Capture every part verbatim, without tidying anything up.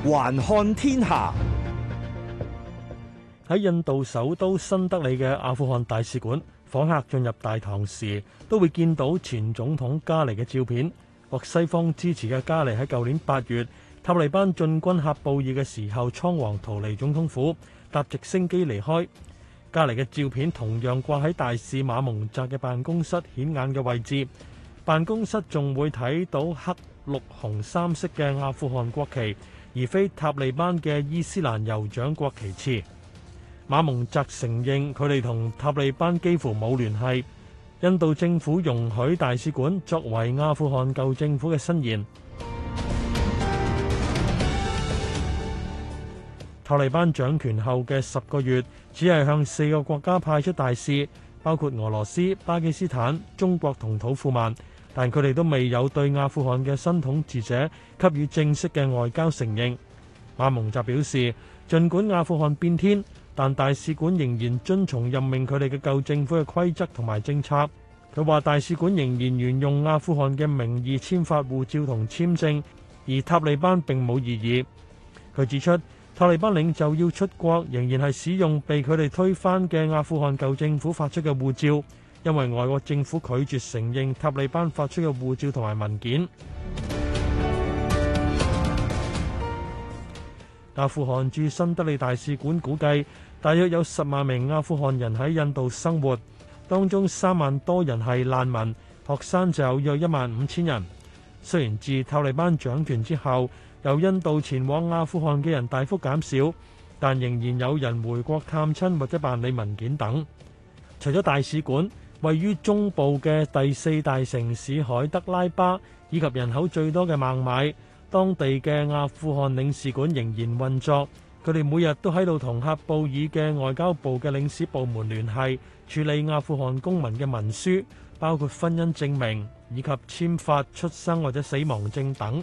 環看天下。 喺印度首都新德里嘅阿富汗大使館，訪客進入大堂時都會見到前總統加尼嘅照片。獲西方支持嘅加尼喺舊年八月塔利班進軍喀布爾嘅時候，倉皇逃離總統府，搭直升機離開。加尼嘅照片同樣掛喺大使馬蒙澤嘅辦公室顯眼嘅位置，辦公室仲會睇到黑綠紅三色嘅阿富汗國旗，而非塔利班嘅伊斯蘭酋長國旗幟。馬蒙澤承認佢哋同塔利班幾乎冇聯繫。印度政府容許大使館作為阿富汗舊政府嘅伸延。塔利班掌權後嘅十個月，只係向四個國家派出大使，包括俄羅斯、巴基斯坦、中國同土庫曼，但佢哋都未有對阿富汗嘅新統治者給予正式嘅外交承認。馬蒙澤表示，儘管阿富汗變天，但大使館仍然遵從任命佢哋嘅舊政府嘅規則同埋政策。佢話大使館仍然沿用阿富汗嘅名義簽發護照同簽證，而塔利班並冇異議。佢指出，塔利班領袖要出國，仍然係使用被佢哋推翻嘅阿富汗舊政府發出嘅護照，因為外國政府拒絕承認塔利班發出嘅護照同埋文件。阿富汗駐新德里大使館估計，大約有十萬名阿富汗人喺印度生活，當中三萬多人係難民，學生就有約一萬五千人。雖然自塔利班掌權之後，由印度前往阿富汗嘅人大幅減少，但仍然有人回國探親或者辦理文件等。除咗大使館，位於中部嘅第四大城市海德拉巴，以及人口最多嘅孟買，當地嘅阿富汗領事館仍然運作，佢哋每日都喺度同喀布爾嘅外交部嘅領事部門聯繫，處理阿富汗公民嘅文書，包括婚姻證明以及簽發出生或者死亡證等。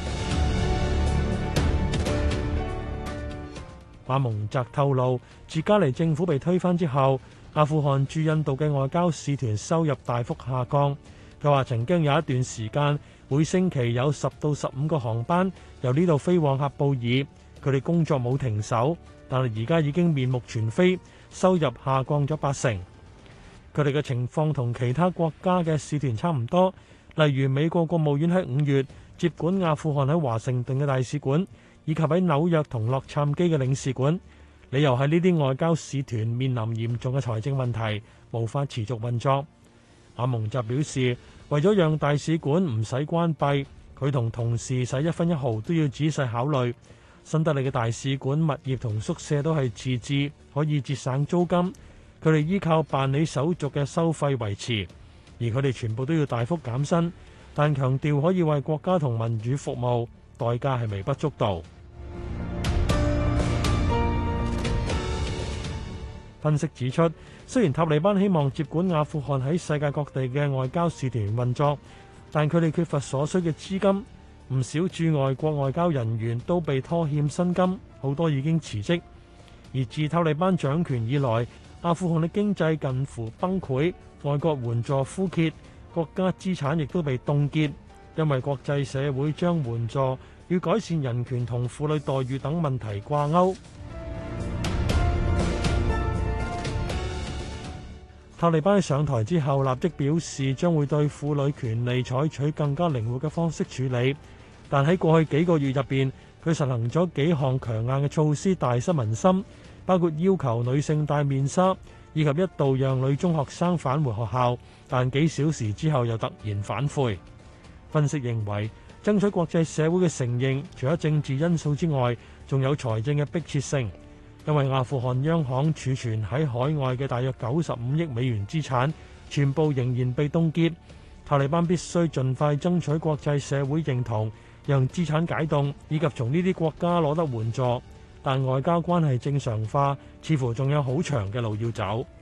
馬蒙澤透露，自加尼政府被推翻之後，阿富汗駐印度嘅外交使團收入大幅下降。佢話曾經有一段時間，每星期有十到十五個航班由呢度飛往喀布爾，佢哋工作冇停手，但係而家已經面目全非，收入下降咗八成。佢哋嘅情況同其他國家嘅使團差唔多，例如美國國務院喺五月接管阿富汗喺華盛頓嘅大使館，以及喺紐約同洛杉磯嘅領事館，理由係呢啲外交使團面臨嚴重嘅財政問題，無法持續運作。馬蒙澤表示，為咗讓大使館唔使關閉，佢同同事使一分一毫都要仔細考慮。新德里嘅大使館物業同宿舍都係自置，可以節省租金。佢哋依靠辦理手續嘅收費維持，而佢哋全部都要大幅減薪，但強調可以為國家同民主服務，代價係微不足道。分析指出，雖然塔利班希望接管阿富汗喺世界各地嘅外交使團運作，但佢哋缺乏所需嘅資金，唔少駐外國外交人員都被拖欠薪金，好多已經辭職。而自塔利班掌權以來，阿富汗嘅經濟近乎崩潰，外國援助枯竭，國家資產亦都被凍結，因為國際社會將援助與改善人權同婦女待遇等問題掛鈎。塔利班上台之後，立即表示將會對婦女權利採取更加靈活嘅方式處理，但喺過去幾個月入邊，佢實行咗幾項強硬嘅措施，大失民心，包括要求女性戴面紗，以及一度讓女中學生返回學校，但幾小時之後又突然反悔。分析認為，爭取國際社會嘅承認，除咗政治因素之外，仲有財政嘅迫切性。因為阿富汗央行儲存喺海外嘅大約九十五億美元資產，全部仍然被凍結。塔利班必須盡快爭取國際社會認同，讓資產解凍，以及從呢啲國家攞得援助。但外交關係正常化，似乎仲有好長嘅路要走。